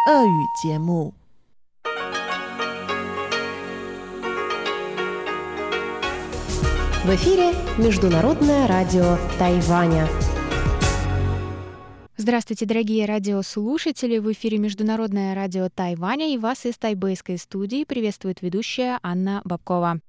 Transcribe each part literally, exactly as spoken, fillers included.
俄语节目。 В эфире Международное радио Тайваня. Здравствуйте, дорогие радиослушатели! В эфире Международное радио Тайваня, и вас из тайбэйской студии приветствует ведущая Анна Бабкова.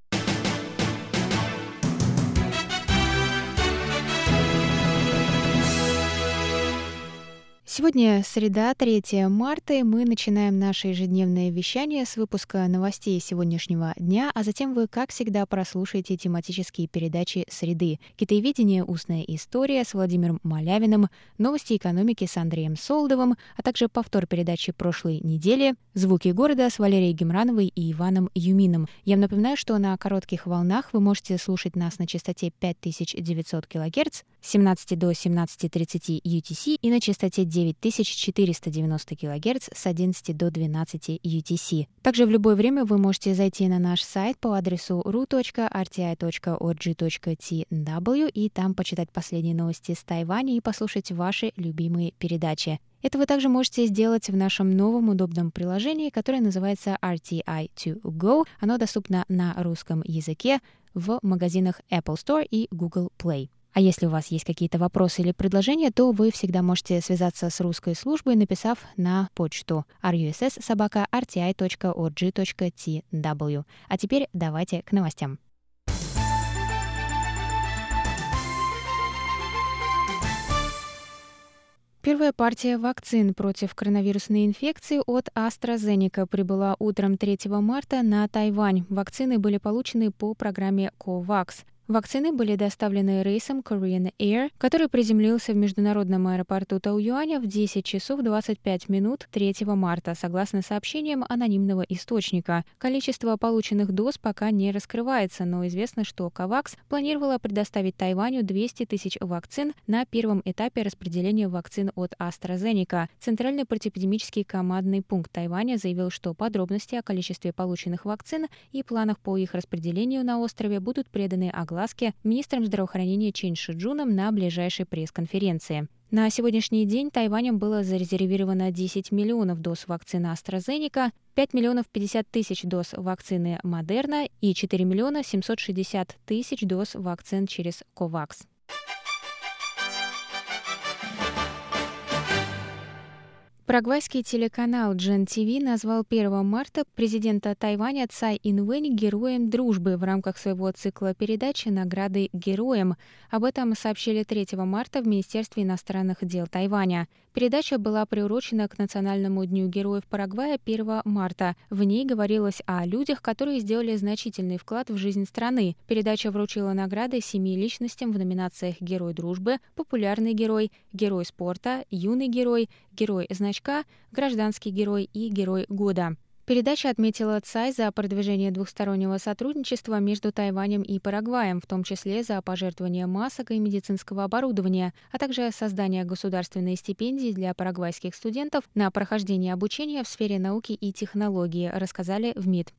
Сегодня среда, третьего марта, и мы начинаем наше ежедневное вещание с выпуска новостей сегодняшнего дня, а затем вы, как всегда, прослушаете тематические передачи «Среды». Китаеведение «Устная история» с Владимиром Малявиным, новости экономики с Андреем Солдовым, а также повтор передачи прошлой недели «Звуки города» с Валерией Гемрановой и Иваном Юмином. Я вам напоминаю, что на коротких волнах вы можете слушать нас на частоте пять тысяч девятьсот килогерц с семнадцати до семнадцати тридцати ю ти си и на частоте девять тысяч четыреста девяносто килогерц с одиннадцати до двенадцати ю ти си. Также в любое время вы можете зайти на наш сайт по адресу ru точка эр ти ай точка орг точка ти дабл ю и там почитать последние новости с Тайваня и послушать ваши любимые передачи. Это вы также можете сделать в нашем новом удобном приложении, которое называется эр ти ай ту го. Оно доступно на русском языке в магазинах Apple Store и Google Play. А если у вас есть какие-то вопросы или предложения, то вы всегда можете связаться с русской службой, написав на почту ар ю эс эс собака эр ти ай точка орг точка ти дабл ю. А теперь давайте к новостям. Первая партия вакцин против коронавирусной инфекции от AstraZeneca прибыла утром третьего марта на Тайвань. Вакцины были получены по программе COVAX. Вакцины были доставлены рейсом Korean Air, который приземлился в международном аэропорту Таоюаня в десять часов двадцать пять минут третьего марта, согласно сообщениям анонимного источника. Количество полученных доз пока не раскрывается, но известно, что COVAX планировала предоставить Тайваню двести тысяч вакцин на первом этапе распределения вакцин от AstraZeneca. Центральный противоэпидемический командный пункт Тайваня заявил, что подробности о количестве полученных вакцин и планах по их распределению на острове будут преданы огласке министром здравоохранения Чен Шиджуном на ближайшей пресс-конференции. На сегодняшний день Тайванем было зарезервировано десять миллионов доз вакцины AstraZeneca, пять миллионов пятьдесят тысяч доз вакцины Moderna и четыре миллиона семьсот шестьдесят тысяч доз вакцин через COVAX. Парагвайский телеканал Джен ти ви назвал первого марта президента Тайваня Цай Инвэнь героем дружбы в рамках своего цикла передачи «Награды героям». Об этом сообщили третьего марта в Министерстве иностранных дел Тайваня. Передача была приурочена к Национальному дню героев Парагвая первого марта. В ней говорилось о людях, которые сделали значительный вклад в жизнь страны. Передача вручила награды семи личностям в номинациях «Герой дружбы», «Популярный герой», «Герой спорта», «Юный герой», «Герой значка», «Гражданский герой» и «Герой года». Передача отметила Цай за продвижение двухстороннего сотрудничества между Тайванем и Парагваем, в том числе за пожертвование масок и медицинского оборудования, а также создание государственной стипендии для парагвайских студентов на прохождение обучения в сфере науки и технологии, рассказали в МИД.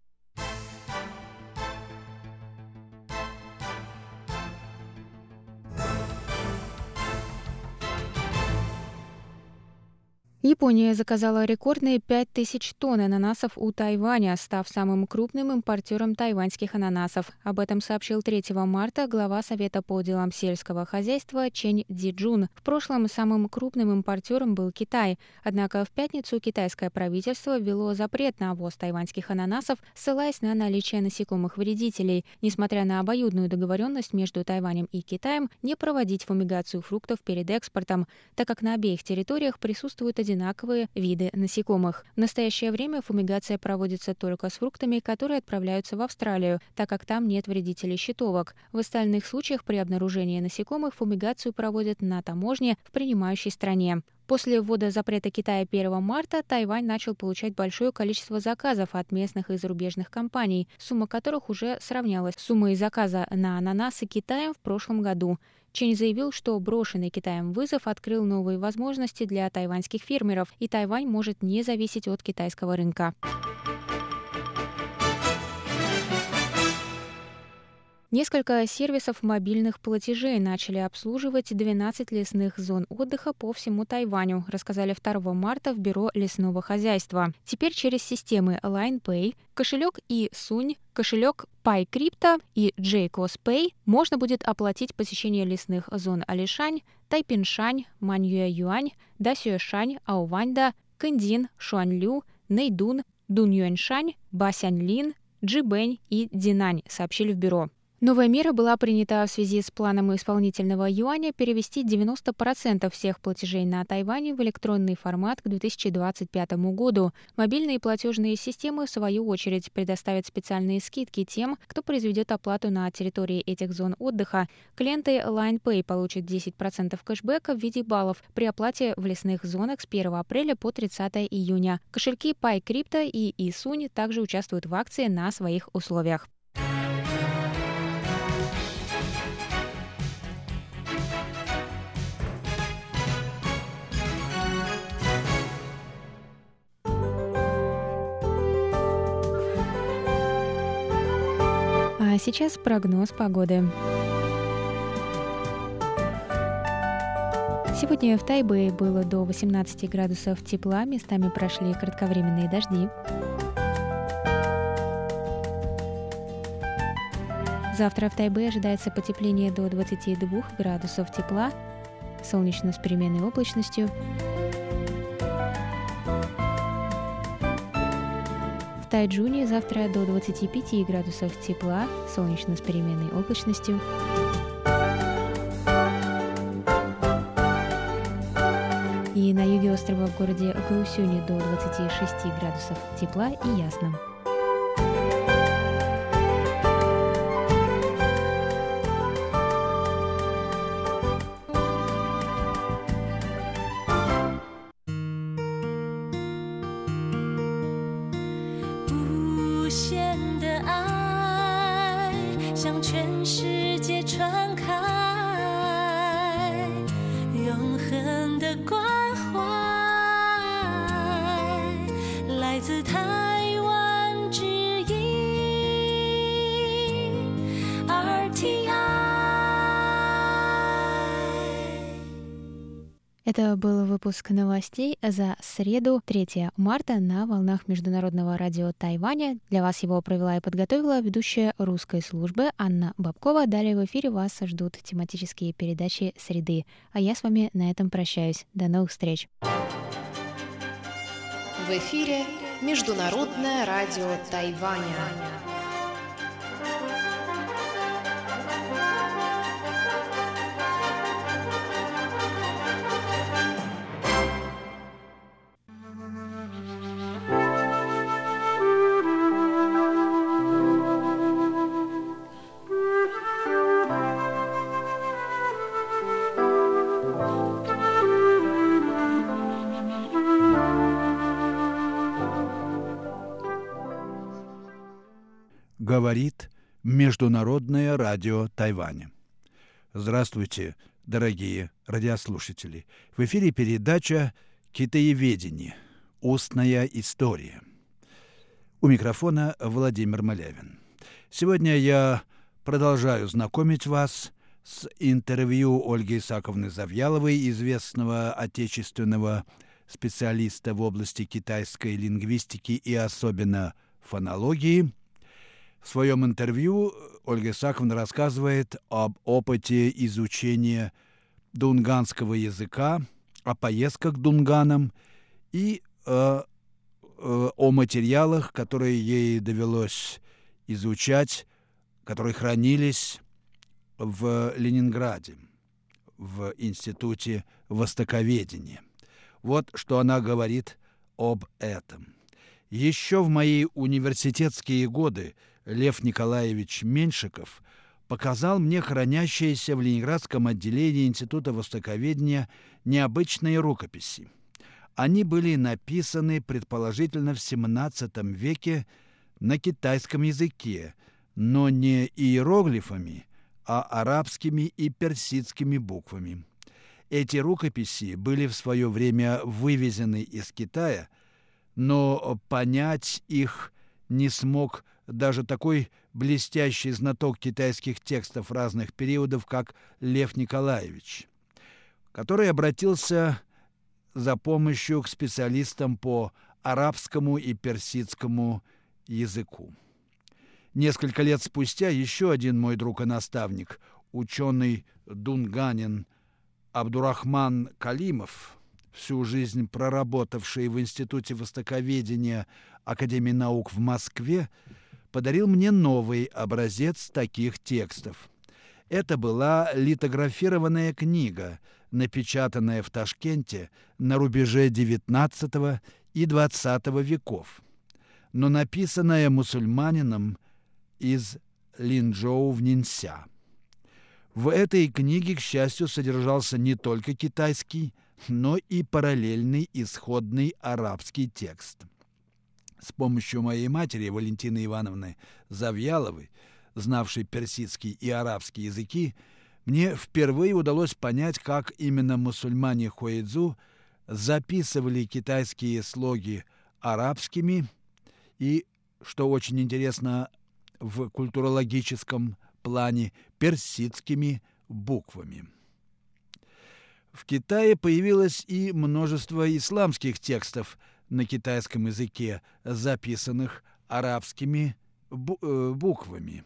Япония заказала рекордные пять тысяч тонн ананасов у Тайваня, став самым крупным импортером тайваньских ананасов. Об этом сообщил третьего марта глава Совета по делам сельского хозяйства Чен Диджун. В прошлом самым крупным импортером был Китай. Однако в пятницу китайское правительство ввело запрет на ввоз тайваньских ананасов, ссылаясь на наличие насекомых-вредителей, несмотря на обоюдную договоренность между Тайванем и Китаем не проводить фумигацию фруктов перед экспортом, так как на обеих территориях присутствуют одинаковые одинаковые виды насекомых. В настоящее время фумигация проводится только с фруктами, которые отправляются в Австралию, так как там нет вредителей щитовок. В остальных случаях при обнаружении насекомых фумигацию проводят на таможне в принимающей стране. После ввода запрета Китая первого марта Тайвань начал получать большое количество заказов от местных и зарубежных компаний, сумма которых уже сравнялась с суммой заказа на ананасы Китаем в прошлом году. Чен заявил, что брошенный Китаем вызов открыл новые возможности для тайваньских фермеров, и Тайвань может не зависеть от китайского рынка. Несколько сервисов мобильных платежей начали обслуживать двенадцать лесных зон отдыха по всему Тайваню, рассказали второго марта в Бюро лесного хозяйства. Теперь через системы Line Pay, кошелек и-Сунь, кошелек PaiCrypto и J-Cos Pay можно будет оплатить посещение лесных зон Алишань, Тайпиншань, Маньюэ-Юань, Дасюэшань, Ауваньда, Кэндин, Шуанлю, Нэйдун, Дуньюэньшань, Басяньлин, Джибэнь и Динань, сообщили в бюро. Новая мера была принята в связи с планом исполнительного юаня перевести девяносто процентов всех платежей на Тайване в электронный формат к две тысячи двадцать пятому году. Мобильные платежные системы, в свою очередь, предоставят специальные скидки тем, кто произведет оплату на территории этих зон отдыха. Клиенты Line Pay получат десять процентов кэшбэка в виде баллов при оплате в лесных зонах с первого апреля по тридцатого июня. Кошельки PaiCrypto и и-Сунь также участвуют в акции на своих условиях. А сейчас прогноз погоды. Сегодня в Тайбэе было до восемнадцати градусов тепла, местами прошли кратковременные дожди. Завтра в Тайбэе ожидается потепление до двадцати двух градусов тепла, солнечно с переменной облачностью. В Тайчжуне завтра до двадцати пяти градусов тепла, солнечно с переменной облачностью. И на юге острова в городе Гаусюне до двадцати шести градусов тепла и ясно. Это был выпуск новостей за среду, третьего марта на волнах Международного радио Тайваня. Для вас его провела и подготовила ведущая русской службы Анна Бабкова. Далее в эфире вас ждут тематические передачи «Среды». А я с вами на этом прощаюсь. До новых встреч. В эфире Международное радио Тайваня. Говорит Международное радио Тайваня. Здравствуйте, дорогие радиослушатели. В эфире передача «Китаеведение. Устная история». У микрофона Владимир Малявин. Сегодня я продолжаю знакомить вас с интервью Ольги Исааковны Завьяловой, известного отечественного специалиста в области китайской лингвистики и особенно фонологии. В своем интервью Ольга Исааковна рассказывает об опыте изучения дунганского языка, о поездках к дунганам и э, э, о материалах, которые ей довелось изучать, которые хранились в Ленинграде, в Институте востоковедения. Вот что она говорит об этом. Еще в мои университетские годы Лев Николаевич Меньшиков показал мне хранящиеся в Ленинградском отделении Института востоковедения необычные рукописи. Они были написаны, предположительно, в семнадцатом веке на китайском языке, но не иероглифами, а арабскими и персидскими буквами. Эти рукописи были в свое время вывезены из Китая, но понять их не смог даже такой блестящий знаток китайских текстов разных периодов, как Лев Николаевич, который обратился за помощью к специалистам по арабскому и персидскому языку. Несколько лет спустя еще один мой друг и наставник, ученый дунганин Абдурахман Калимов, всю жизнь проработавший в Институте востоковедения Академии наук в Москве, подарил мне новый образец таких текстов. Это была литографированная книга, напечатанная в Ташкенте на рубеже девятнадцатого и двадцатого веков, но написанная мусульманином из Линчжоу в Нинся. В этой книге, к счастью, содержался не только китайский, но и параллельный исходный арабский текст. С помощью моей матери, Валентины Ивановны Завьяловой, знавшей персидский и арабский языки, мне впервые удалось понять, как именно мусульмане Хуэйцзу записывали китайские слоги арабскими и, что очень интересно, в культурологическом плане, персидскими буквами. В Китае появилось и множество исламских текстов на китайском языке, записанных арабскими буквами.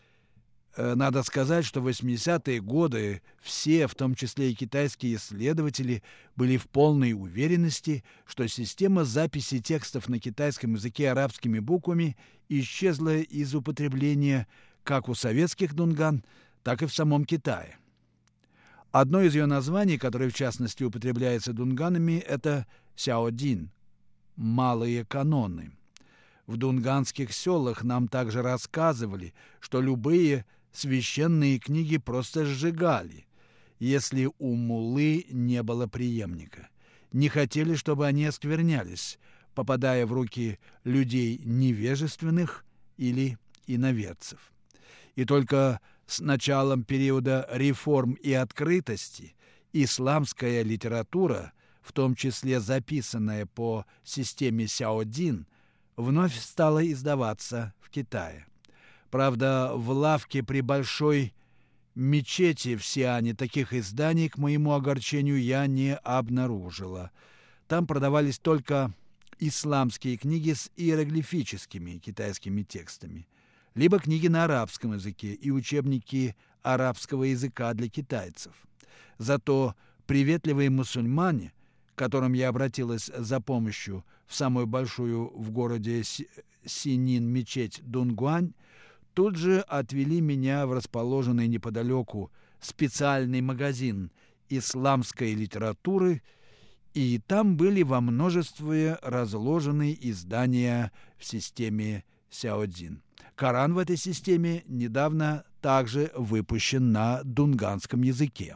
Надо сказать, что в восьмидесятые годы все, в том числе и китайские исследователи, были в полной уверенности, что система записи текстов на китайском языке арабскими буквами исчезла из употребления как у советских дунган, так и в самом Китае. Одно из ее названий, которое в частности употребляется дунганами, это сяодин – малые каноны. В дунганских селах нам также рассказывали, что любые священные книги просто сжигали, если у муллы не было преемника. Не хотели, чтобы они осквернялись, попадая в руки людей невежественных или иноверцев. И только с началом периода реформ и открытости исламская литература, в том числе записанная по системе сяодин, вновь стала издаваться в Китае. Правда, в лавке при Большой мечети в Сиане таких изданий, к моему огорчению, я не обнаружила. Там продавались только исламские книги с иероглифическими китайскими текстами, либо книги на арабском языке и учебники арабского языка для китайцев. Зато приветливые мусульмане, к которым я обратилась за помощью в самую большую в городе Синин мечеть Дунгуань, тут же отвели меня в расположенный неподалеку специальный магазин исламской литературы, и там были во множестве разложены издания в системе сяодин. Коран в этой системе недавно также выпущен на дунганском языке.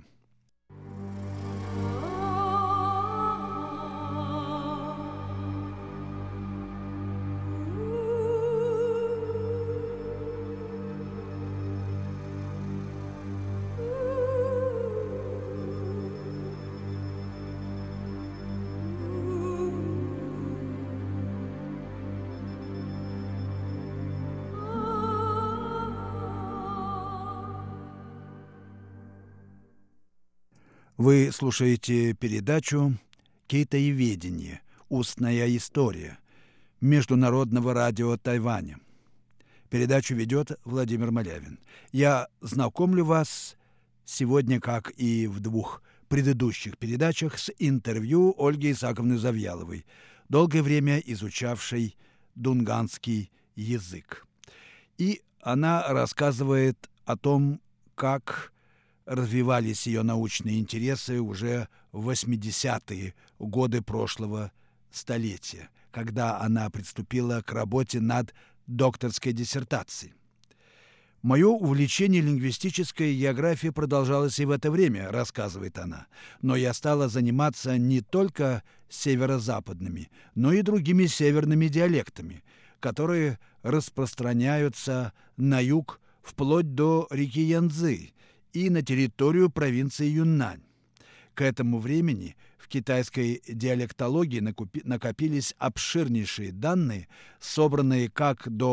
Вы слушаете передачу «Китаеведение. Устная история» Международного радио Тайваня. Передачу ведет Владимир Малявин. Я знакомлю вас сегодня, как и в двух предыдущих передачах, с интервью Ольги Исааковны Завьяловой, долгое время изучавшей дунганский язык. И она рассказывает о том, как развивались ее научные интересы уже в восьмидесятые годы прошлого столетия, когда она приступила к работе над докторской диссертацией. «Мое увлечение лингвистической географией продолжалось и в это время», — рассказывает она, «но я стала заниматься не только северо-западными, но и другими северными диалектами, которые распространяются на юг вплоть до реки Янцзы и на территорию провинции Юннань. К этому времени в китайской диалектологии накопились обширнейшие данные, собранные как до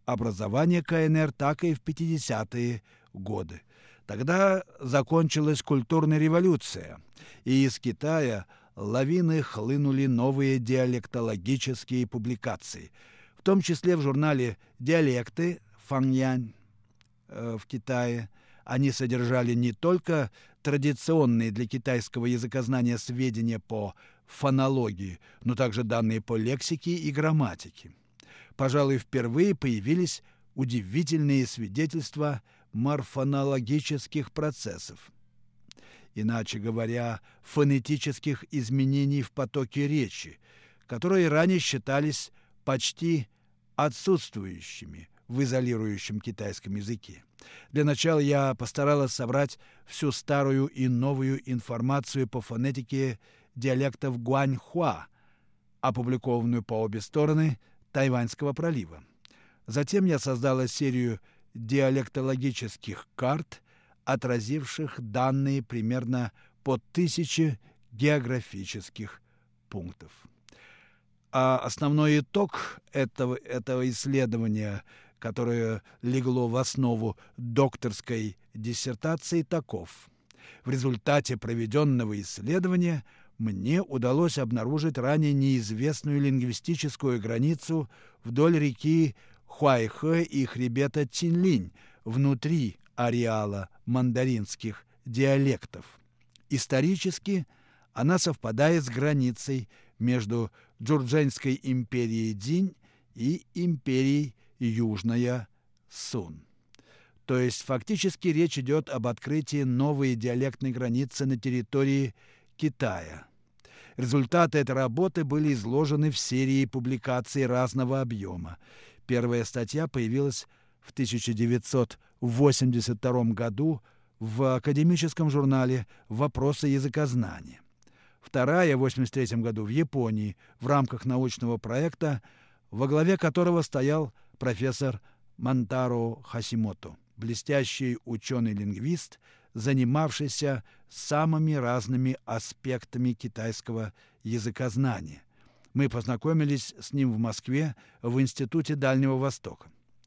образования ка эн эр, так и в пятидесятые годы. Тогда закончилась культурная революция, и из Китая лавиной хлынули новые диалектологические публикации, в том числе в журнале «Диалекты» Фаньянь э, в Китае. Они содержали не только традиционные для китайского языкознания сведения по фонологии, но также данные по лексике и грамматике. Пожалуй, впервые появились удивительные свидетельства морфонологических процессов, иначе говоря, фонетических изменений в потоке речи, которые ранее считались почти отсутствующими в изолирующем китайском языке. Для начала я постаралась собрать всю старую и новую информацию по фонетике диалектов гуаньхуа, опубликованную по обе стороны Тайваньского пролива. Затем я создала серию диалектологических карт, отразивших данные примерно по тысяче географических пунктов. А основной итог этого, этого исследования, которое легло в основу докторской диссертации, таков. В результате проведенного исследования мне удалось обнаружить ранее неизвестную лингвистическую границу вдоль реки Хуайхэ и хребета Цинлинь внутри ареала мандаринских диалектов. Исторически она совпадает с границей между Джурдженской империей Дзинь и империей Южная Сун. То есть фактически речь идет об открытии новой диалектной границы на территории Китая. Результаты этой работы были изложены в серии публикаций разного объема. Первая статья появилась в тысяча девятьсот восемьдесят втором году в академическом журнале «Вопросы языкознания». Вторая в восемьдесят третьем году в Японии в рамках научного проекта, во главе которого стоял профессор Монтаро Хасимото, блестящий ученый-лингвист, занимавшийся самыми разными аспектами китайского языкознания. Мы познакомились с ним в Москве в Институте Дальнего Востока.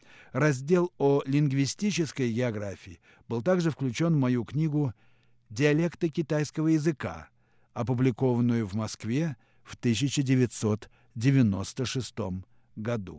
Раздел о лингвистической географии был также включен в мою книгу «Диалекты китайского языка», опубликованную в Москве в тысяча девятьсот девяносто шестом году.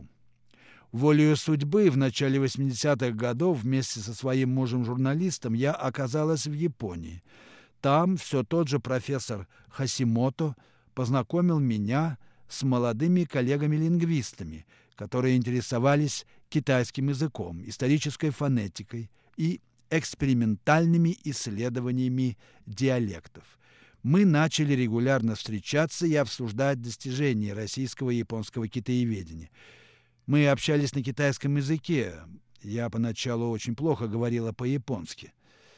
Волею судьбы в начале восьмидесятых годов вместе со своим мужем-журналистом я оказалась в Японии. Там все тот же профессор Хасимото познакомил меня с молодыми коллегами-лингвистами, которые интересовались китайским языком, исторической фонетикой и экспериментальными исследованиями диалектов. Мы начали регулярно встречаться и обсуждать достижения российского и японского китаеведения. Мы общались на китайском языке. Я поначалу очень плохо говорила по-японски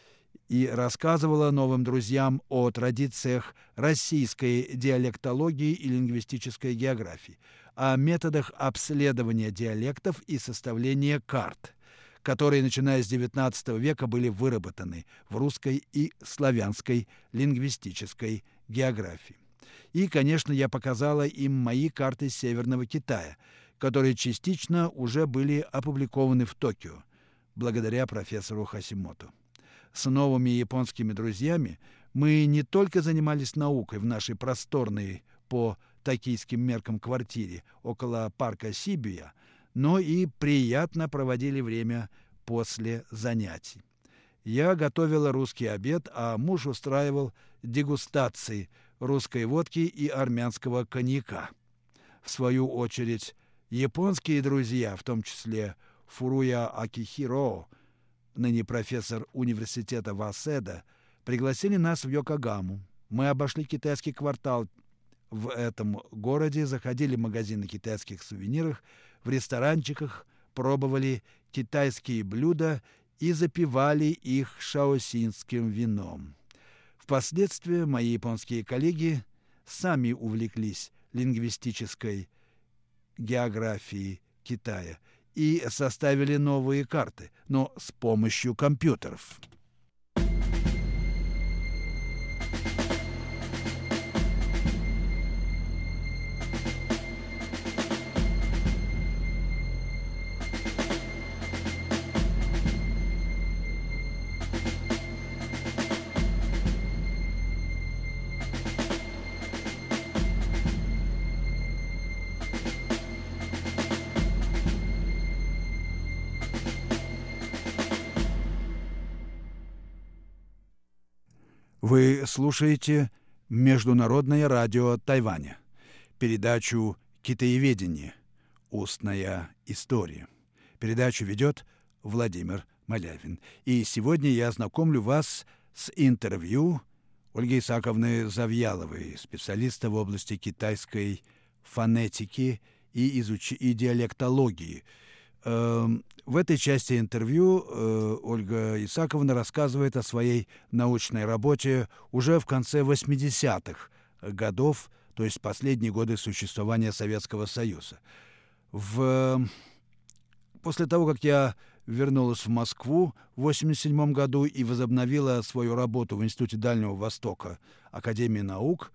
и рассказывала новым друзьям о традициях российской диалектологии и лингвистической географии, о методах обследования диалектов и составления карт, которые, начиная с девятнадцатого века, были выработаны в русской и славянской лингвистической географии. И, конечно, я показала им мои карты Северного Китая, которые частично уже были опубликованы в Токио, благодаря профессору Хасимото. С новыми японскими друзьями мы не только занимались наукой в нашей просторной по токийским меркам квартире около парка Сибия, но и приятно проводили время после занятий. Я готовила русский обед, а муж устраивал дегустации русской водки и армянского коньяка. В свою очередь, японские друзья, в том числе Фуруя Акихиро, ныне профессор университета Васеда, пригласили нас в Йокогаму. Мы обошли китайский квартал в этом городе, заходили в магазины китайских сувениров, в ресторанчиках пробовали китайские блюда и запивали их шаосинским вином. Впоследствии мои японские коллеги сами увлеклись лингвистической географией Китая и составили новые карты, но с помощью компьютеров. Вы слушаете Международное радио Тайваня, передачу «Китаеведение. Устная история». Передачу ведет Владимир Малявин. И сегодня я знакомлю вас с интервью Ольги Исааковны Завьяловой, специалиста в области китайской фонетики и, изуч... и диалектологии. В этой части интервью Ольга Исааковна рассказывает о своей научной работе уже в конце восьмидесятых годов, то есть последние годы существования Советского Союза. В... После того, как я вернулась в Москву в восемьдесят седьмом году и возобновила свою работу в Институте Дальнего Востока Академии наук,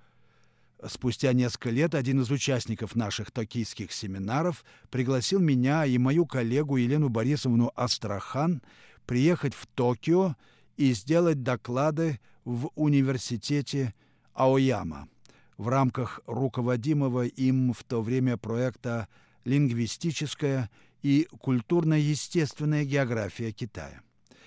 спустя несколько лет один из участников наших токийских семинаров пригласил меня и мою коллегу Елену Борисовну Астрахан приехать в Токио и сделать доклады в университете Аояма в рамках руководимого им в то время проекта «Лингвистическая и культурно-естественная география Китая».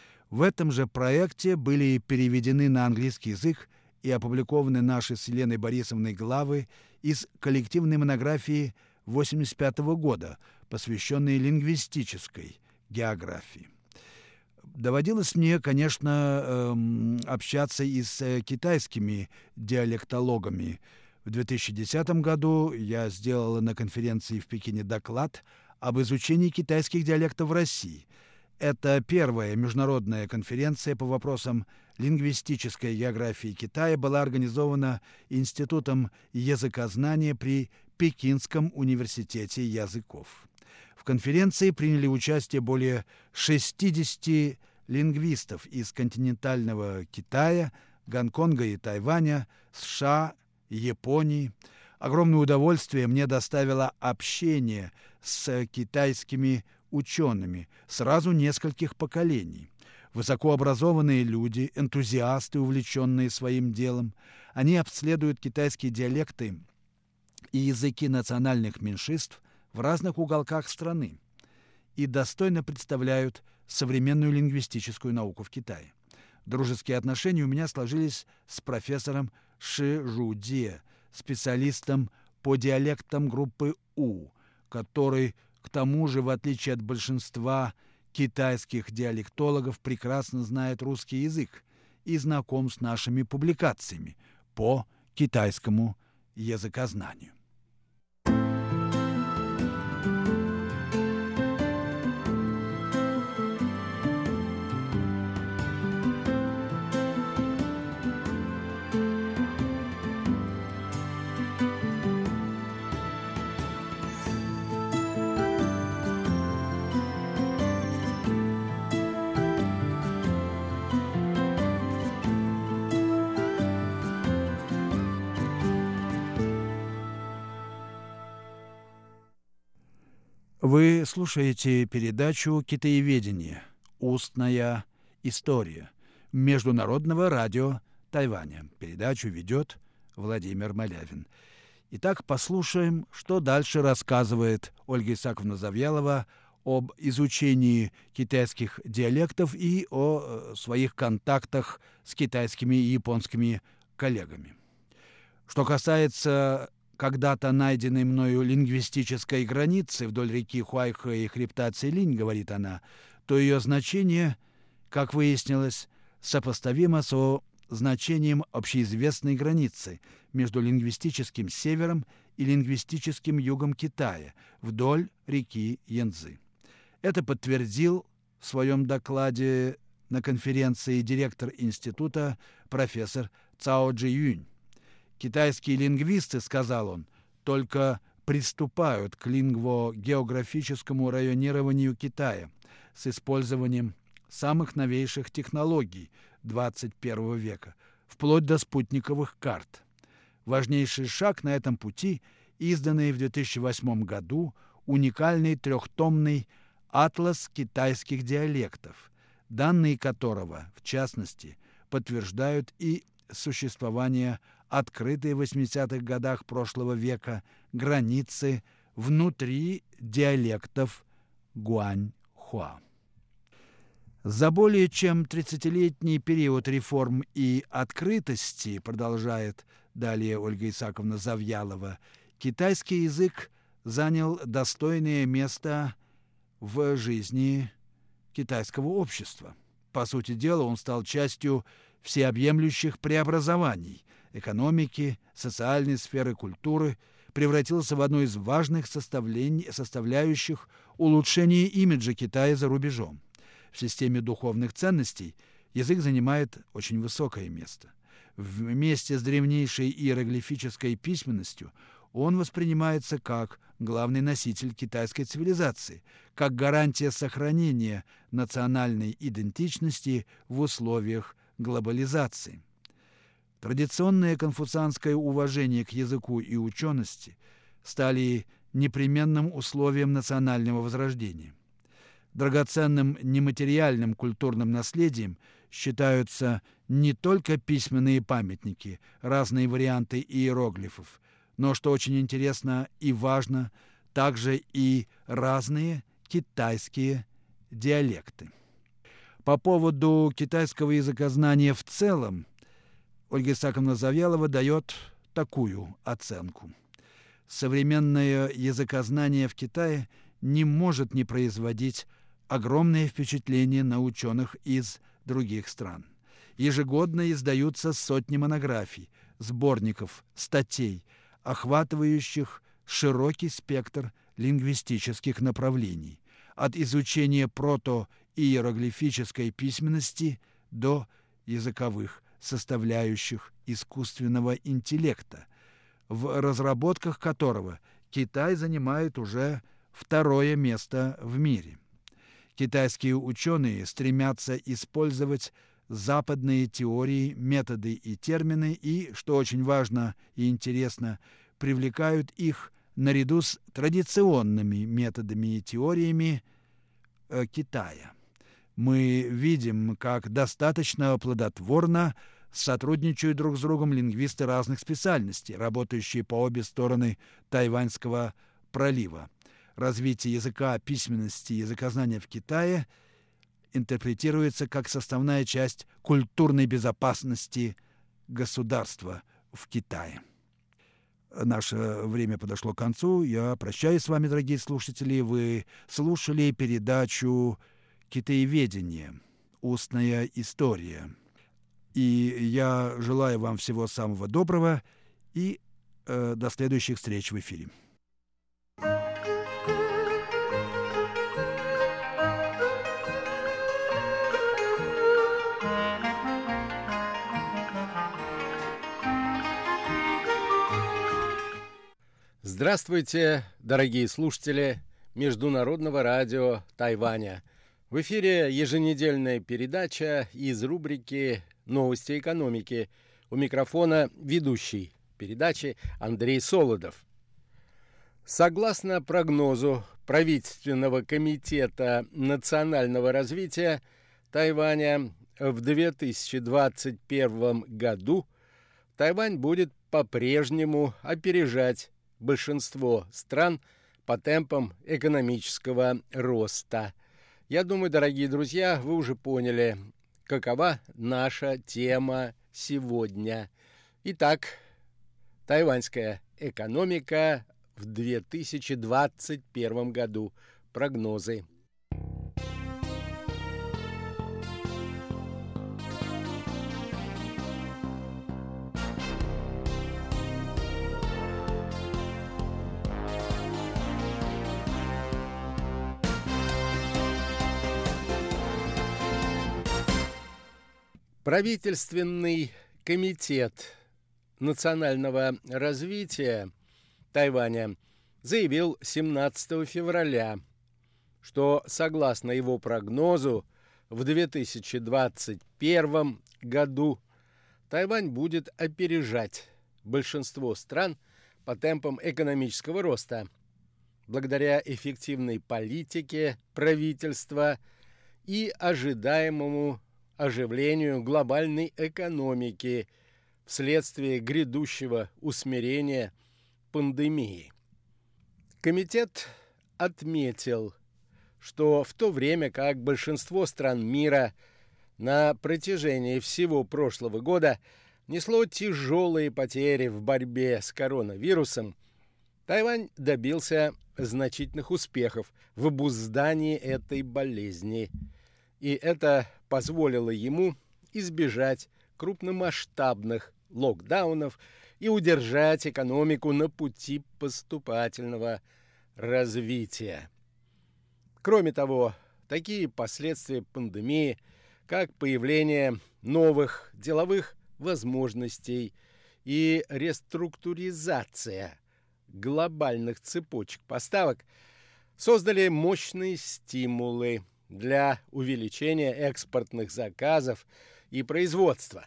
В этом же проекте были переведены на английский язык и опубликованы наши с Еленой Борисовной главы из коллективной монографии восемьдесят пятого года, посвященной лингвистической географии. Доводилось мне, конечно, общаться и с китайскими диалектологами. В две тысячи десятом году я сделала на конференции в Пекине доклад об изучении китайских диалектов в России. Это первая международная конференция по вопросам лингвистической географии Китая, была организована Институтом языкознания при Пекинском университете языков. В конференции приняли участие более шестидесяти лингвистов из континентального Китая, Гонконга и Тайваня, США, Японии. Огромное удовольствие мне доставило общение с китайскими учеными сразу нескольких поколений. Высокообразованные люди, энтузиасты, увлеченные своим делом. Они обследуют китайские диалекты и языки национальных меньшинств в разных уголках страны и достойно представляют современную лингвистическую науку в Китае. Дружеские отношения у меня сложились с профессором Ши Жуде, специалистом по диалектам группы У, который, к тому же, в отличие от большинства китайских диалектологов, прекрасно знает русский язык и знаком с нашими публикациями по китайскому языкознанию. Вы слушаете передачу «Китаеведение. Устная история» Международного радио Тайваня. Передачу ведет Владимир Малявин. Итак, послушаем, что дальше рассказывает Ольга Исааковна Завьялова об изучении китайских диалектов и о своих контактах с китайскими и японскими коллегами. Что касается когда-то найденной мною лингвистической границы вдоль реки Хуайхэ и хребта Цилинь, говорит она, то ее значение, как выяснилось, сопоставимо со значением общеизвестной границы между лингвистическим севером и лингвистическим югом Китая вдоль реки Янцзы. Это подтвердил в своем докладе на конференции директор института профессор Цао Джиюнь. Китайские лингвисты, сказал он, только приступают к лингвогеографическому районированию Китая с использованием самых новейших технологий двадцать первого века, вплоть до спутниковых карт. Важнейший шаг на этом пути – изданный в две тысячи восьмом году уникальный трехтомный «Атлас китайских диалектов», данные которого, в частности, подтверждают и существование открытой в восьмидесятых годах прошлого века границы внутри диалектов Гуаньхуа. За более чем тридцатилетний период реформ и открытости, продолжает далее Ольга Исааковна Завьялова, китайский язык занял достойное место в жизни китайского общества. По сути дела, он стал частью всеобъемлющих преобразований экономики, социальной сферы, культуры, превратился в одну из важных составляющих улучшения имиджа Китая за рубежом. В системе духовных ценностей язык занимает очень высокое место. Вместе с древнейшей иероглифической письменностью он воспринимается как главный носитель китайской цивилизации, как гарантия сохранения национальной идентичности в условиях глобализации. Традиционное конфуцианское уважение к языку и учености стали непременным условием национального возрождения. Драгоценным нематериальным культурным наследием считаются не только письменные памятники, разные варианты иероглифов, но, что очень интересно и важно, также и разные китайские диалекты. По поводу китайского языкознания в целом Ольга Исааковна Завьялова дает такую оценку. Современное языкознание в Китае не может не производить огромное впечатление на ученых из других стран. Ежегодно издаются сотни монографий, сборников, статей, охватывающих широкий спектр лингвистических направлений, от изучения прото-иероглифической письменности до языковых составляющих искусственного интеллекта, в разработках которого Китай занимает уже второе место в мире. Китайские ученые стремятся использовать западные теории, методы и термины и, что очень важно и интересно, привлекают их наряду с традиционными методами и теориями э, Китая. Мы видим, как достаточно плодотворно сотрудничают друг с другом лингвисты разных специальностей, работающие по обе стороны Тайваньского пролива. Развитие языка, письменности и языкознания в Китае интерпретируется как составная часть культурной безопасности государства в Китае. Наше время подошло к концу. Я прощаюсь с вами, дорогие слушатели. Вы слушали передачу «Китаеведение. Устная история». И я желаю вам всего самого доброго и э, до следующих встреч в эфире. Здравствуйте, дорогие слушатели Международного радио Тайваня. В эфире еженедельная передача из рубрики «Новости экономики». У микрофона ведущий передачи Андрей Солодов. Согласно прогнозу правительственного комитета национального развития Тайваня, в две тысячи двадцать первом году Тайвань будет по-прежнему опережать большинство стран по темпам экономического роста. Я думаю, дорогие друзья, вы уже поняли, какова наша тема сегодня. Итак, тайваньская экономика в две тысячи двадцать первом году. Прогнозы. Правительственный комитет национального развития Тайваня заявил семнадцатого февраля, что, согласно его прогнозу, в две тысячи двадцать первом году Тайвань будет опережать большинство стран по темпам экономического роста, благодаря эффективной политике правительства и ожидаемому оживлению глобальной экономики вследствие грядущего усмирения пандемии. Комитет отметил, что в то время как большинство стран мира на протяжении всего прошлого года несло тяжелые потери в борьбе с коронавирусом, Тайвань добился значительных успехов в обуздании этой болезни, и это позволило ему избежать крупномасштабных локдаунов и удержать экономику на пути поступательного развития. Кроме того, такие последствия пандемии, как появление новых деловых возможностей и реструктуризация глобальных цепочек поставок, создали мощные стимулы для увеличения экспортных заказов и производства.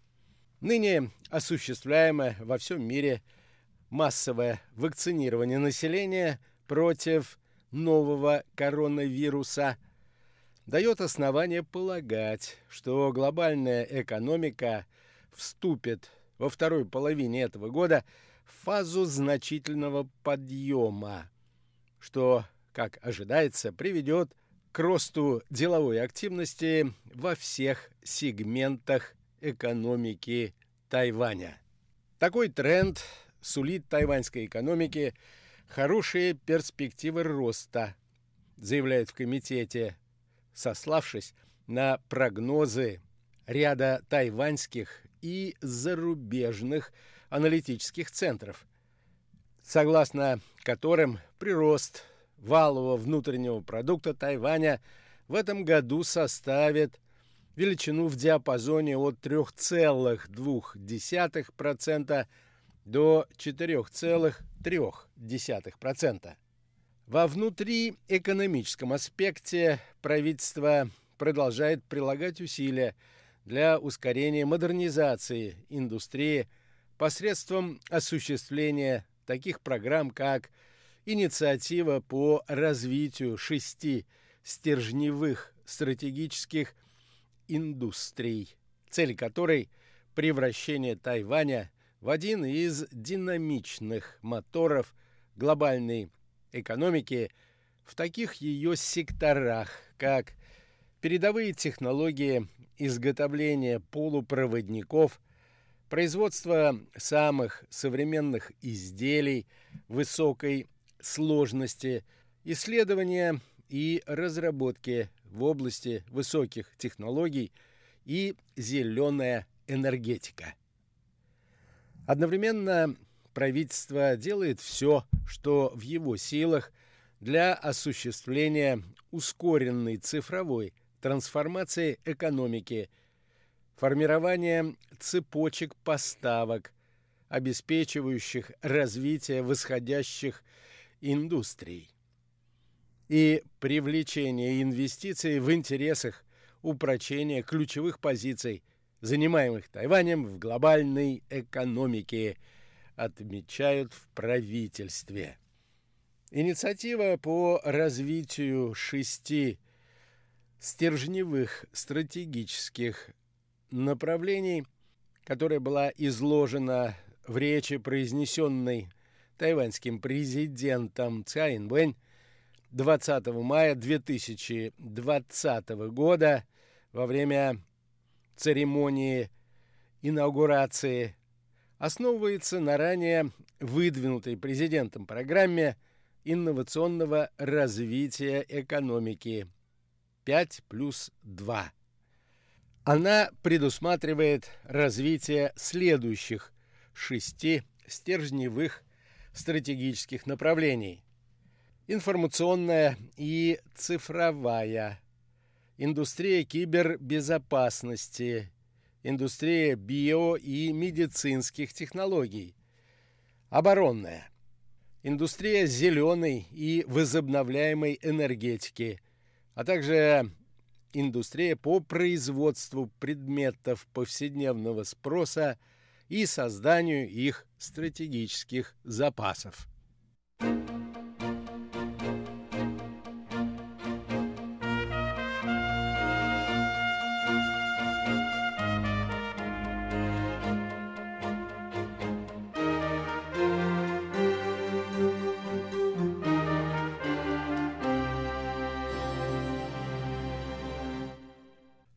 Ныне осуществляемое во всем мире массовое вакцинирование населения против нового коронавируса дает основание полагать, что глобальная экономика вступит во второй половине этого года в фазу значительного подъема, что, как ожидается, приведет к росту деловой активности во всех сегментах экономики Тайваня. Такой тренд сулит тайваньской экономике хорошие перспективы роста, заявляют в комитете, сославшись на прогнозы ряда тайваньских и зарубежных аналитических центров, согласно которым прирост валового внутреннего продукта Тайваня в этом году составит величину в диапазоне от три целых две десятых процента до четыре целых три десятых процента. Во внутриэкономическом аспекте правительство продолжает прилагать усилия для ускорения модернизации индустрии посредством осуществления таких программ, как инициатива по развитию шести стержневых стратегических индустрий, цель которой превращение Тайваня в один из динамичных моторов глобальной экономики в таких ее секторах, как передовые технологии изготовления полупроводников, производство самых современных изделий высокой сложности, исследования и разработки в области высоких технологий и зеленая энергетика. Одновременно правительство делает все, что в его силах для осуществления ускоренной цифровой трансформации экономики, формирования цепочек поставок, обеспечивающих развитие восходящих индустрий, и привлечение инвестиций в интересах упрочения ключевых позиций, занимаемых Тайванем в глобальной экономике, отмечают в правительстве. Инициатива по развитию шести стержневых стратегических направлений, которая была изложена в речи, произнесенной тайваньским президентом Цай Инвэнь двадцатого мая две тысячи двадцатого года во время церемонии инаугурации, основывается на ранее выдвинутой президентом программе инновационного развития экономики пять плюс два. Она предусматривает развитие следующих шести стержневых стратегических направлений: информационная и цифровая, индустрия кибербезопасности, индустрия био- и медицинских технологий, оборонная, индустрия зеленой и возобновляемой энергетики, а также индустрия по производству предметов повседневного спроса и созданию их стратегических запасов.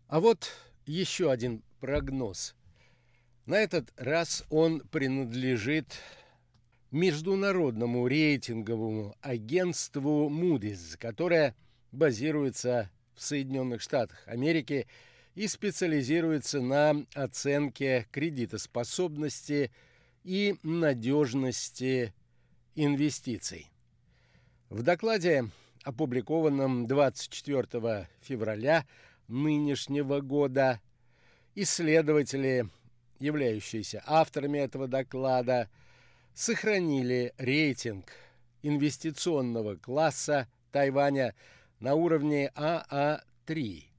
А вот еще один прогноз. На этот раз он принадлежит международному рейтинговому агентству Moody's, которое базируется в Соединенных Штатах Америки и специализируется на оценке кредитоспособности и надежности инвестиций. В докладе, опубликованном двадцать четвёртого февраля нынешнего года, исследователи, являющиеся авторами этого доклада, сохранили рейтинг инвестиционного класса Тайваня на уровне А А три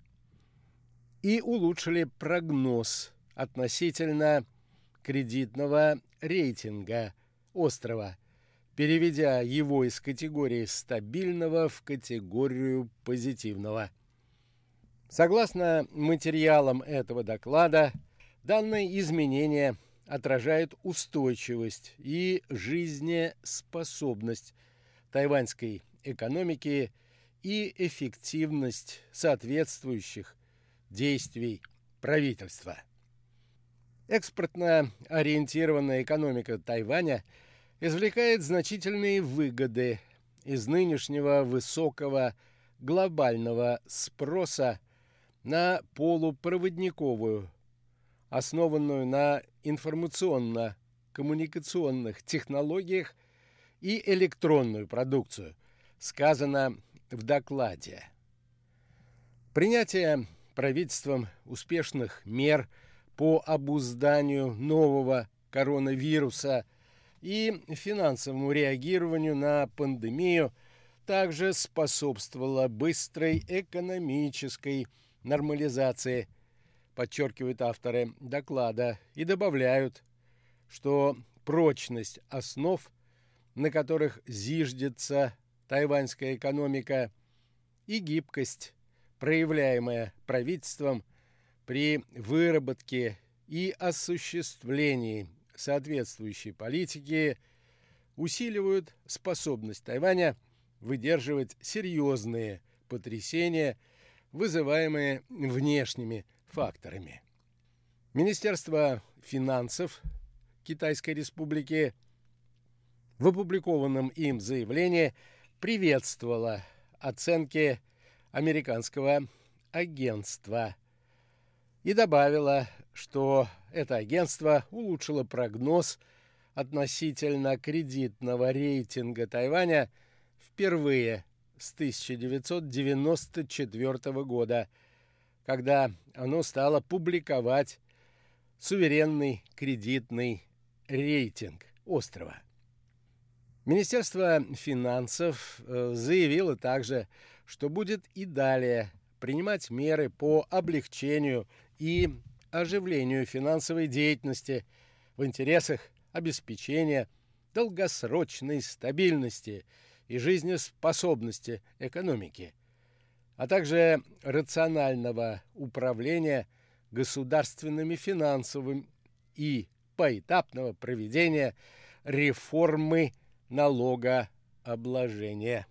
и улучшили прогноз относительно кредитного рейтинга острова, переведя его из категории стабильного в категорию позитивного. Согласно материалам этого доклада, данные изменения отражают устойчивость и жизнеспособность тайваньской экономики и эффективность соответствующих действий правительства. Экспортно ориентированная экономика Тайваня извлекает значительные выгоды из нынешнего высокого глобального спроса на полупроводниковую, основанную на информационно-коммуникационных технологиях и электронную продукцию, сказано в докладе. Принятие правительством успешных мер по обузданию нового коронавируса и финансовому реагированию на пандемию также способствовало быстрой экономической нормализации, подчеркивают авторы доклада, и добавляют, что прочность основ, на которых зиждется тайваньская экономика, и гибкость, проявляемая правительством при выработке и осуществлении соответствующей политики, усиливают способность Тайваня выдерживать серьезные потрясения, вызываемые внешними факторами. Министерство финансов Китайской Республики в опубликованном им заявлении приветствовало оценки американского агентства и добавило, что это агентство улучшило прогноз относительно кредитного рейтинга Тайваня впервые с тысяча девятьсот девяносто четвёртого года, когда оно стало публиковать суверенный кредитный рейтинг острова. Министерство финансов заявило также, что будет и далее принимать меры по облегчению и оживлению финансовой деятельности в интересах обеспечения долгосрочной стабильности и жизнеспособности экономики, а также рационального управления государственными финансовыми и поэтапного проведения реформы налогообложения.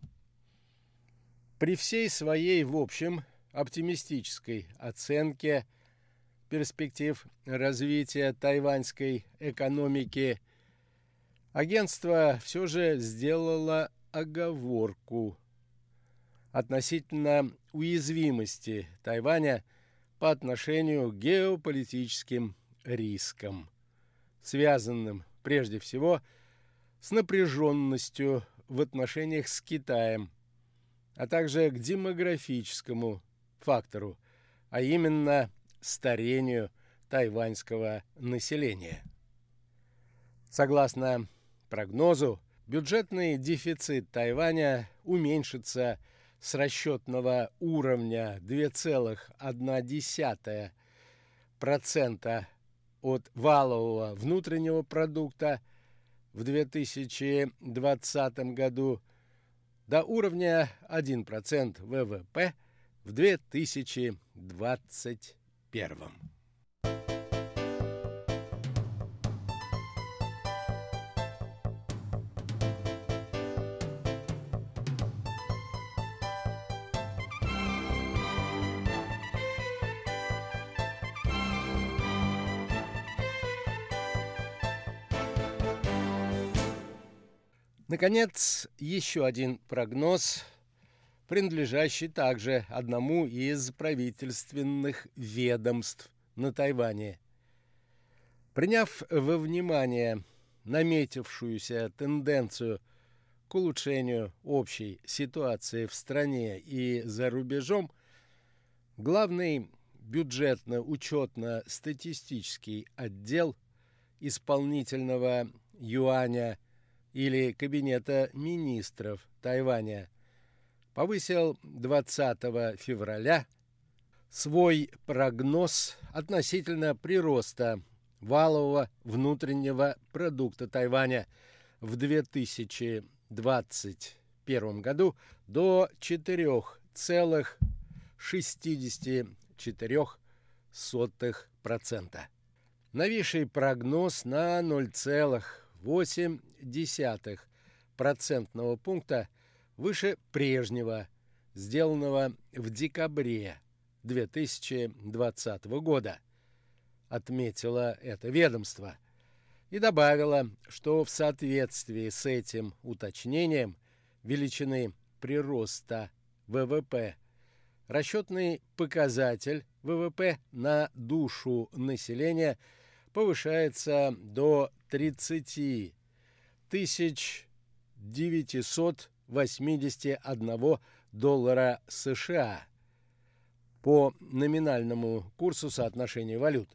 При всей своей, в общем, оптимистической оценке перспектив развития тайваньской экономики, агентство все же сделало оговорку относительно уязвимости Тайваня по отношению к геополитическим рискам, связанным прежде всего с напряженностью в отношениях с Китаем, а также к демографическому фактору, а именно старению тайваньского населения. Согласно прогнозу, бюджетный дефицит Тайваня уменьшится с расчетного уровня два целых одна десятая процента от валового внутреннего продукта в две тысячи двадцатом году до уровня один процент вэ вэ пэ в две тысячи двадцать первом. Наконец, еще один прогноз, принадлежащий также одному из правительственных ведомств на Тайване. Приняв во внимание наметившуюся тенденцию к улучшению общей ситуации в стране и за рубежом, главный бюджетно-учетно-статистический отдел исполнительного юаня или Кабинета министров Тайваня повысил двадцатого февраля свой прогноз относительно прироста валового внутреннего продукта Тайваня в две тысячи двадцать первом году до четырёх целых шестидесяти четырёх сотых процента. Новейший прогноз на ноль целых восемь десятых процентного пункта выше прежнего, сделанного в декабре две тысячи двадцатого года, отметило это ведомство и добавило, что в соответствии с этим уточнением величины прироста ВВП расчетный показатель ВВП на душу населения повышается до тридцати тысяч девятисот восьмидесяти одного доллара США по номинальному курсу соотношения валют.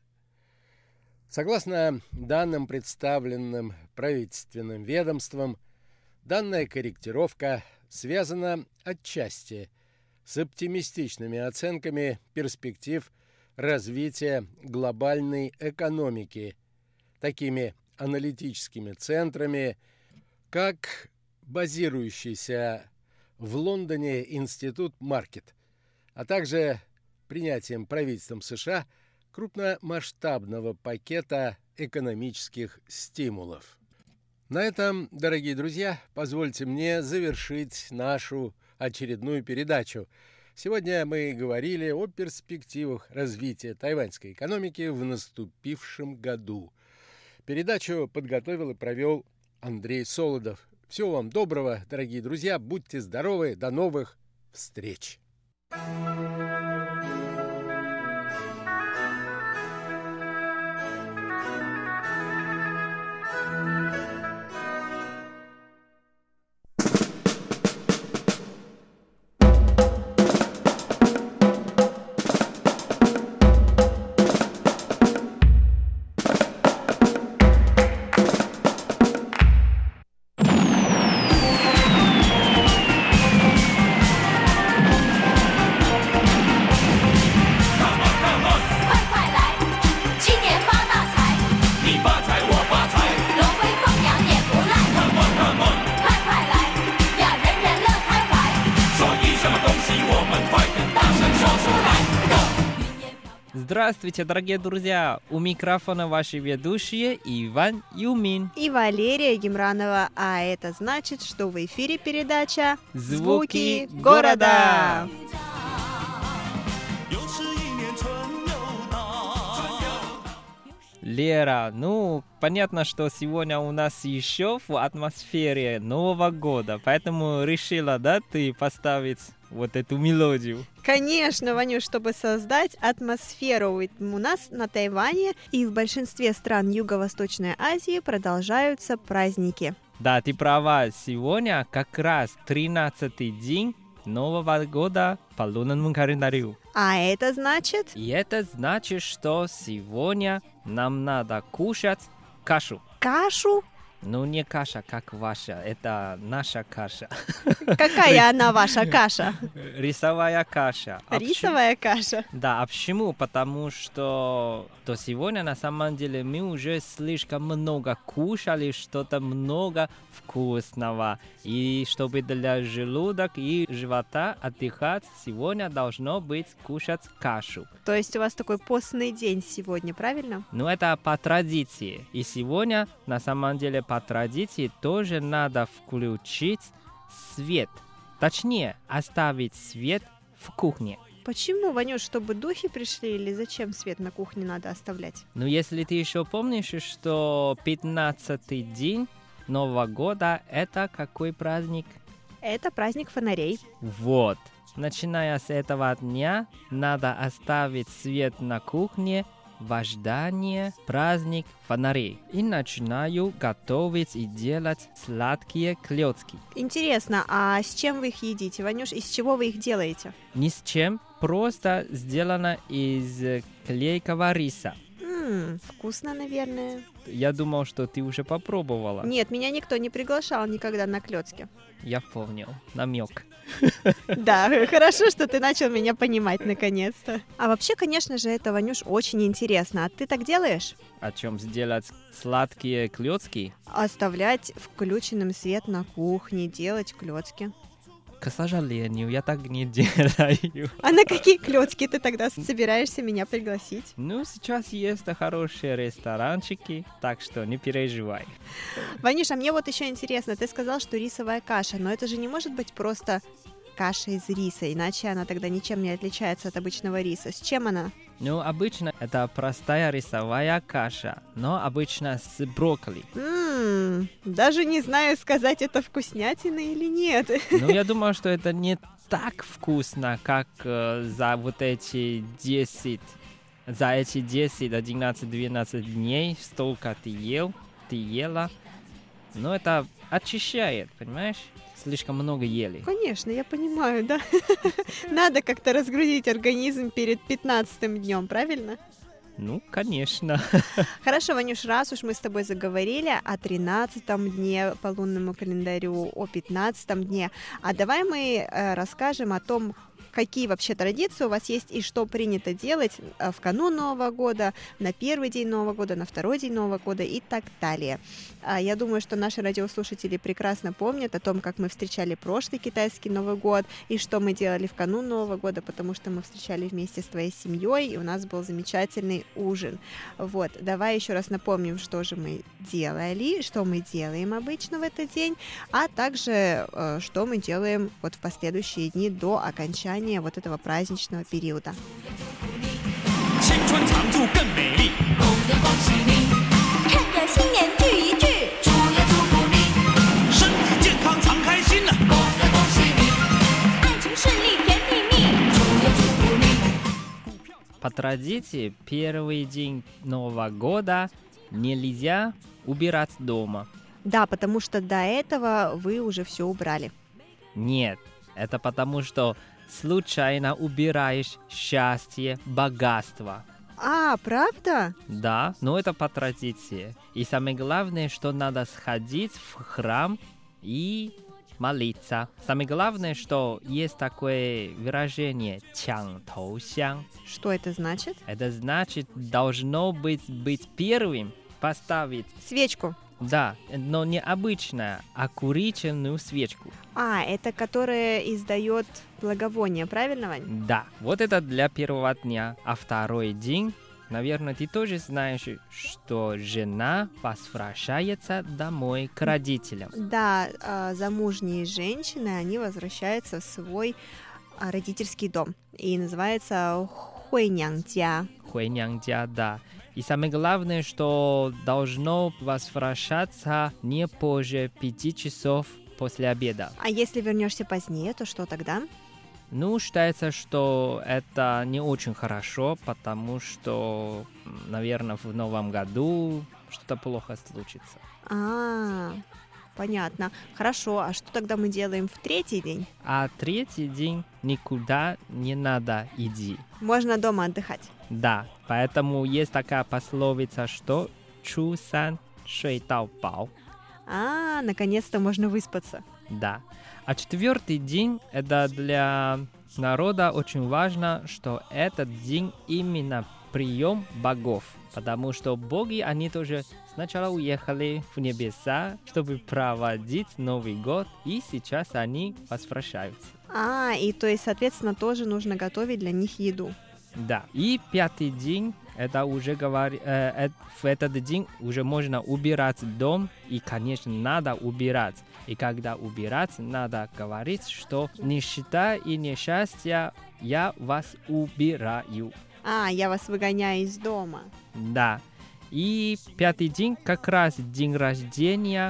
Согласно данным, представленным правительственным ведомством, данная корректировка связана отчасти с оптимистичными оценками перспектив развития глобальной экономики, такими аналитическими центрами, как базирующийся в Лондоне Институт Маркет, а также принятием правительством США крупномасштабного пакета экономических стимулов. На этом, дорогие друзья, позвольте мне завершить нашу очередную передачу. Сегодня мы говорили о перспективах развития тайваньской экономики в наступившем году. Передачу подготовил и провел Андрей Солодов. Всего вам доброго, дорогие друзья, будьте здоровы, до новых встреч! Здравствуйте, дорогие друзья! У микрофона ваши ведущие Иван Юмин и Валерия Гемранова. А это значит, что в эфире передача «Звуки города». Лера, ну, понятно, что сегодня у нас еще в атмосфере Нового года, поэтому решила, да, ты поставить вот эту мелодию. Конечно, Ваню, чтобы создать атмосферу. У нас на Тайване и в большинстве стран Юго-Восточной Азии продолжаются праздники. Да, ты права, сегодня как раз тринадцатый день Нового года по лунному календарю. А это значит? И это значит, что сегодня нам надо кушать кашу. Кашу? Ну, не каша, как ваша, это наша каша. Какая она ваша каша? Рисовая каша. Рисовая каша? Да, а почему? Потому что до сегодня на самом деле мы уже слишком много кушали, что-то много вкусного. И чтобы для желудок и живота отдыхать, сегодня должно быть кушать кашу. То есть у вас такой постный день сегодня, правильно? Ну, это по традиции. И сегодня на самом деле по традиции тоже надо включить свет. Точнее, оставить свет в кухне. Почему, Ванюш, чтобы духи пришли или зачем свет на кухне надо оставлять? Ну, если ты еще помнишь, что пятнадцатый день Нового года – это какой праздник? Это праздник фонарей. Вот. Начиная с этого дня, надо оставить свет на кухне в ожидании праздник фонарей. И начинаю готовить и делать сладкие клёцки. Интересно, а с чем вы их едите, Ванюш? Из чего вы их делаете? Ни с чем, просто сделано из клейкого риса. М-м, вкусно, наверное. Я думал, что ты уже попробовала. Нет, меня никто не приглашал никогда на клёцки. Я понял. Намек. Да, хорошо, что ты начал меня понимать наконец-то. А вообще, конечно же, это, Ванюш, очень интересно. А ты так делаешь? О чем сделать сладкие клёцки? Оставлять включенным свет на кухне, делать клёцки. К сожалению, я так не делаю. А на какие клёцки ты тогда собираешься меня пригласить? Ну, сейчас есть хорошие ресторанчики, так что не переживай. Ванюш, а мне вот еще интересно, ты сказал, что рисовая каша, но это же не может быть просто каша из риса, иначе она тогда ничем не отличается от обычного риса. С чем она? Ну, обычно это простая рисовая каша, но обычно с брокколи. Ммм, даже не знаю, сказать, это вкуснятина или нет. Ну, я думаю, что это не так вкусно, как э, за вот эти десять, за эти десять, одиннадцать, двенадцать дней столько ты ел, ты ела. Но это очищает, понимаешь? Слишком много ели. Конечно, я понимаю, да. Надо как-то разгрузить организм перед пятнадцатым днем, правильно? Ну, конечно. Хорошо, Ванюш, раз уж мы с тобой заговорили о тринадцатом дне по лунному календарю, о пятнадцатом дне, а давай мы э, расскажем о том, какие вообще традиции у вас есть и что принято делать в канун Нового года, на первый день Нового года, на второй день Нового года и так далее. Я думаю, что наши радиослушатели прекрасно помнят о том, как мы встречали прошлый китайский Новый год и что мы делали в канун Нового года, потому что мы встречали вместе с твоей семьей, и у нас был замечательный ужин. Вот, давай еще раз напомним, что же мы делали, что мы делаем обычно в этот день, а также что мы делаем вот в последующие дни до окончания вот этого праздничного периода. По традиции, первый день Нового года нельзя убирать дома. Да, потому что до этого вы уже все убрали. Нет, это потому что случайно убираешь счастье, богатство. А, правда? Да, но это по традиции. И самое главное, что надо сходить в храм и молиться. Самое главное, что есть такое выражение «чang тоу сян». Что это значит? Это значит, должно быть, быть первым поставить свечку. Да, но не обычная, а курительную свечку. А, это которая издает благовоние, правильно, Вань? Да, вот это для первого дня. А второй день, наверное, ты тоже знаешь, что жена возвращается домой к родителям. Да, замужние женщины, они возвращаются в свой родительский дом. И называется хуйнянгджа. Хуйнянгджа, да. И самое главное, что должно возвращаться не позже пяти часов после обеда. А если вернешься позднее, то что тогда? Ну, считается, что это не очень хорошо, потому что, наверное, в новом году что-то плохо случится. А, понятно. Хорошо, а что тогда мы делаем в третий день? А третий день никуда не надо идти. Можно дома отдыхать. Да, поэтому есть такая пословица, что «чу сан шуй дао бао». А, наконец-то можно выспаться. Да. А четвертый день – это для народа очень важно, что этот день именно прием богов. Потому что боги, они тоже сначала уехали в небеса, чтобы проводить Новый год, и сейчас они возвращаются. А, и то есть, соответственно, тоже нужно готовить для них еду. Да. И пятый день, это уже говори, э, э, в этот день уже можно убирать дом, и, конечно, надо убирать. И когда убирать, надо говорить, что нищета и несчастье, я вас убираю. А, я вас выгоняю из дома. Да. И пятый день как раз день рождения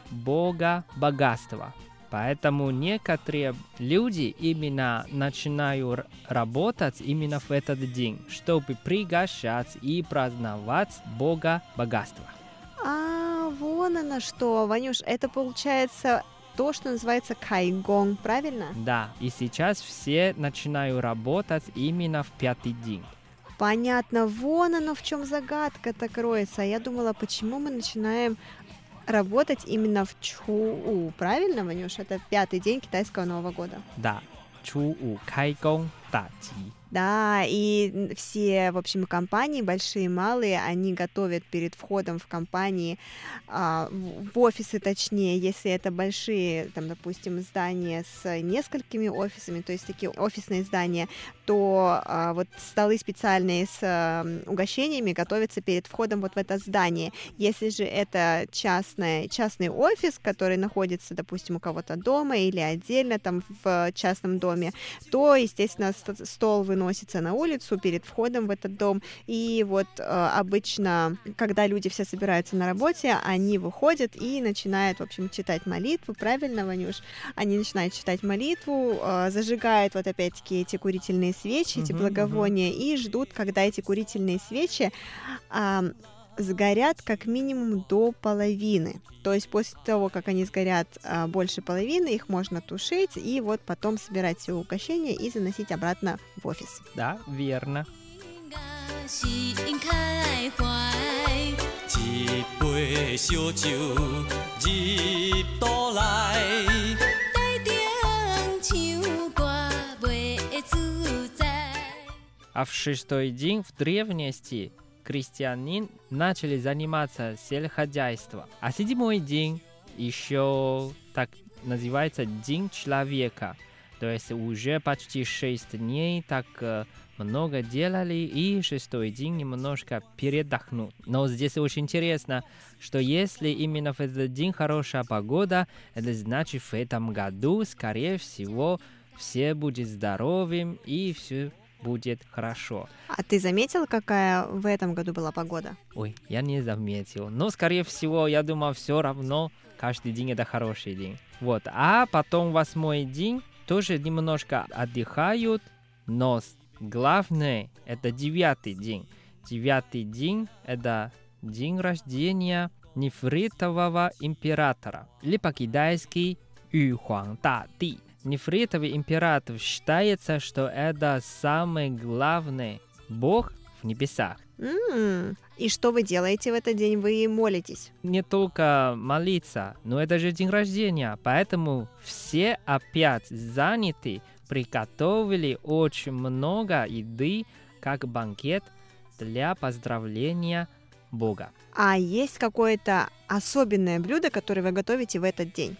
Бога богатства. Поэтому некоторые люди именно начинают работать именно в этот день, чтобы приглашать и праздновать Бога богатства. А, вон оно что, Ванюш, это получается то, что называется кайгон, правильно? Да, и сейчас все начинают работать именно в пятый день. Понятно, вон оно в чем загадка-то кроется. А я думала, почему мы начинаем работать именно в Чу-У, правильно, Ванюш? Это пятый день китайского Нового года. Да, Чу-У, кайгон, дачи. Да, и все, в общем, компании, большие и малые, они готовят перед входом в компании, а, в офисы точнее, если это большие, там, допустим, здания с несколькими офисами, то есть такие офисные здания, то а, вот столы специальные с а, угощениями готовятся перед входом вот в это здание. Если же это частное, частный офис, который находится, допустим, у кого-то дома или отдельно там в частном доме, то, естественно, стол выносится на улицу перед входом в этот дом, и вот э, обычно, когда люди все собираются на работе, они выходят и начинают, в общем, читать молитву, правильно, Ванюш? Они начинают читать молитву, э, зажигают вот опять-таки эти курительные свечи, эти uh-huh, благовония, uh-huh. и ждут, когда эти курительные свечи э, сгорят как минимум до половины. То есть после того, как они сгорят а, больше половины, их можно тушить и вот потом собирать все угощения и заносить обратно в офис. Да, верно. А в шестой день в древности крестьянин начали заниматься сельскохозяйством. А седьмой день еще так называется День человека. То есть уже почти шесть дней так много делали, и шестой день немножко передохнут. Но здесь очень интересно, что если именно в этот день хорошая погода, это значит в этом году, скорее всего, все будут здоровым и все будет хорошо. А ты заметил, какая в этом году была погода? Ой, я не заметил. Но, скорее всего, я думаю, все равно каждый день это хороший день. Вот. А потом восьмой день тоже немножко отдыхают, но главное это девятый день. Девятый день это день рождения нефритового императора, или по-китайски Ю Хуан Да Ди. Нефритовый император считается, что это самый главный бог в небесах. Mm. И что вы делаете в этот день? Вы молитесь? Не только молиться, но это же день рождения, поэтому все опять заняты, приготовили очень много еды, как банкет для поздравления Бога. А есть какое-то особенное блюдо, которое вы готовите в этот день?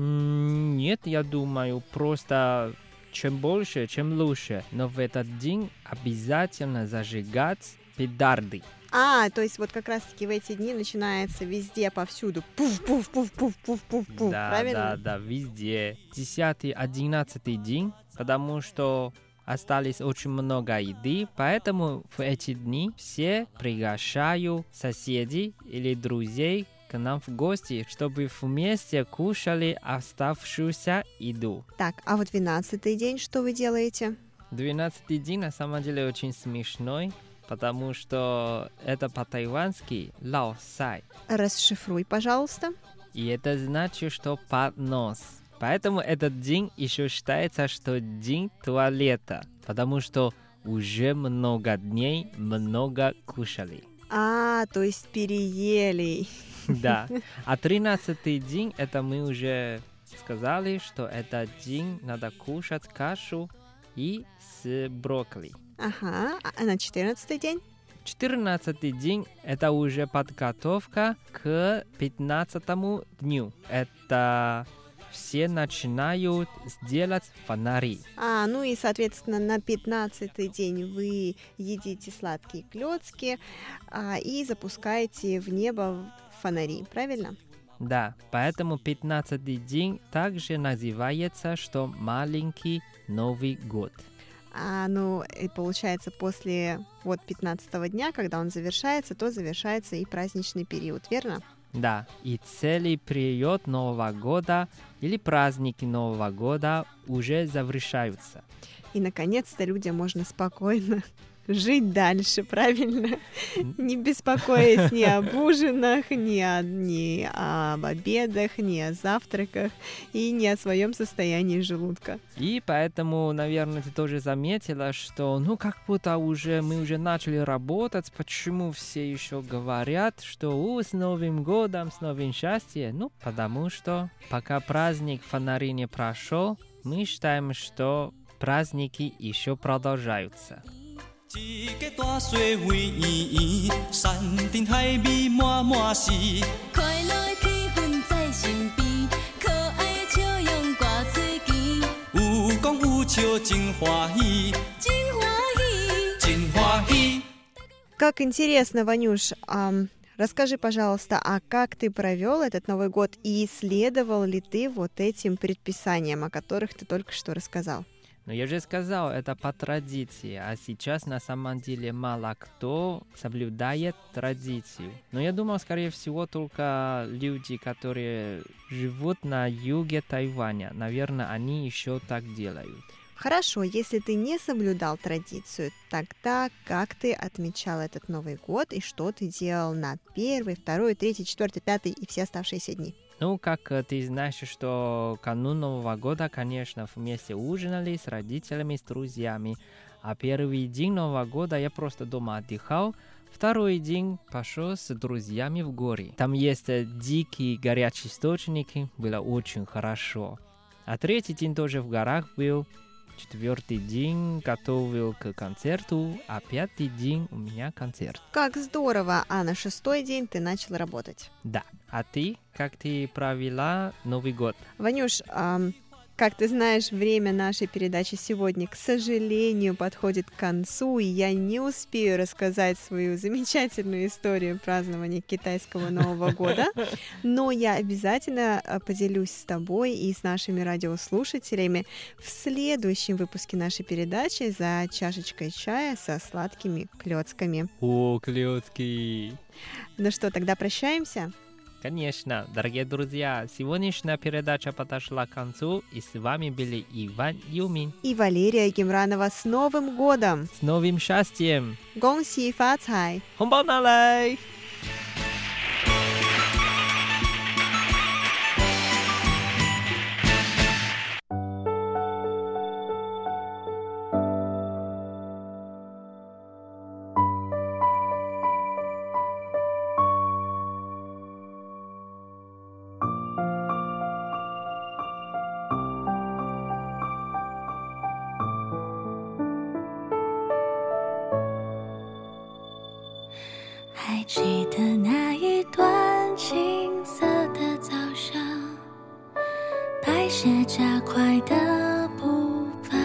Нет, я думаю, просто чем больше, чем лучше. Но в этот день обязательно зажигать петарды. А, то есть вот как раз-таки в эти дни начинается везде, повсюду. Пуф-пуф-пуф-пуф-пуф-пуф, Да, правильно? да, да, везде. Десятый, одиннадцатый день, потому что осталось очень много еды, поэтому в эти дни все приглашают соседей или друзей к нам в гости, чтобы вместе кушали оставшуюся еду. Так, а вот двенадцатый день что вы делаете? Двенадцатый день на самом деле очень смешной, потому что это по-тайвански лао сай. Расшифруй, пожалуйста. И это значит, что поднос. Поэтому этот день еще считается, что день туалета, потому что уже много дней много кушали. А, то есть переели. Да. А тринадцатый день, это мы уже сказали, что этот день надо кушать кашу и с брокколи. Ага, а на четырнадцатый день? четырнадцатый день – это уже подготовка к пятнадцатому дню. Это все начинают делать фонари. А, ну и, соответственно, на пятнадцатый день вы едите сладкие клёцки а, и запускаете в небо фонари, правильно? Да, поэтому пятнадцатый день также называется, что маленький Новый год. А, ну, и получается, после вот пятнадцатого дня, когда он завершается, то завершается и праздничный период, верно? Да, и целый период Нового года или праздники Нового года уже завершаются. И, наконец-то, людям можно спокойно жить дальше, правильно? Не беспокоясь ни об ужинах, ни, о, ни об обедах, ни о завтраках и ни о своем состоянии желудка. И поэтому, наверное, ты тоже заметила, что ну как будто уже мы уже начали работать, почему все еще говорят, что у, с Новым годом, с новым счастьем? Ну, потому что пока праздник фонари не прошел, мы считаем, что праздники еще продолжаются. 一个大岁圆圆，山珍海味满满是，快乐的气氛在身边，可爱的笑容挂嘴边，有讲有笑真欢喜，真欢喜，真欢喜。 Как интересно, Ванюш, ам, расскажи, пожалуйста, а как ты провел этот Новый год и следовал ли ты вот этим предписаниям, о которых ты только что рассказал? Но я же сказал, это по традиции, а сейчас на самом деле мало кто соблюдает традицию. Но я думаю, скорее всего, только люди, которые живут на юге Тайваня, наверное, они еще так делают. Хорошо, если ты не соблюдал традицию, тогда как ты отмечал этот Новый год и что ты делал на первый, второй, третий, четвертый, пятый и все оставшиеся дни? Ну, как ты знаешь, что канун Нового года, конечно, вместе ужинали с родителями, с друзьями. А первый день Нового года я просто дома отдыхал. Второй день пошел с друзьями в горы. Там есть дикие горячие источники, было очень хорошо. А третий день тоже в горах был. Четвертый день готовил к концерту, а пятый день у меня концерт. Как здорово! А на шестой день ты начал работать. Да. А ты? Как ты провела Новый год? Ванюш, ам, как ты знаешь, время нашей передачи сегодня, к сожалению, подходит к концу, и я не успею рассказать свою замечательную историю празднования китайского Нового года, но я обязательно поделюсь с тобой и с нашими радиослушателями в следующем выпуске нашей передачи за чашечкой чая со сладкими клёцками. О, клёцки! Ну что, тогда прощаемся? Конечно, дорогие друзья, сегодняшняя передача подошла к концу, и с вами были Иван Юмин и Валерия Гемранова. С Новым годом! С новым счастьем! Гонси фа цай! Хонбао налай! 还记得那一段青涩的早上，白雪加快的步伐，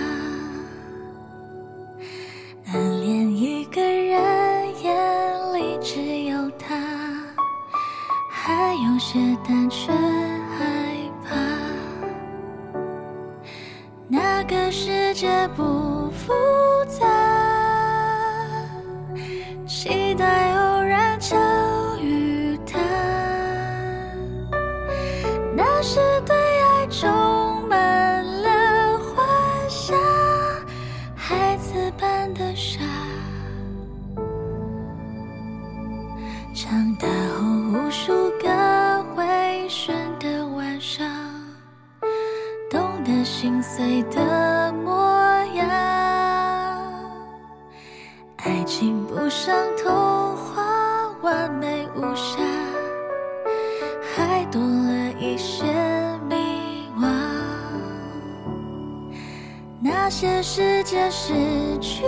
暗恋一个人眼里只有他，还有些胆却害怕，那个世界不复杂，期待偶然巧遇他，那时对爱充满了幻想，孩子般的傻，长大后无数个微醺的晚上，懂得心碎的模样，爱情不像童话完美无瑕，还多了一些迷惘，那些世界失去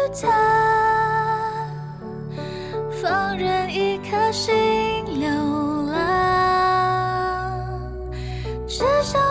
它，放任一颗心流浪，至少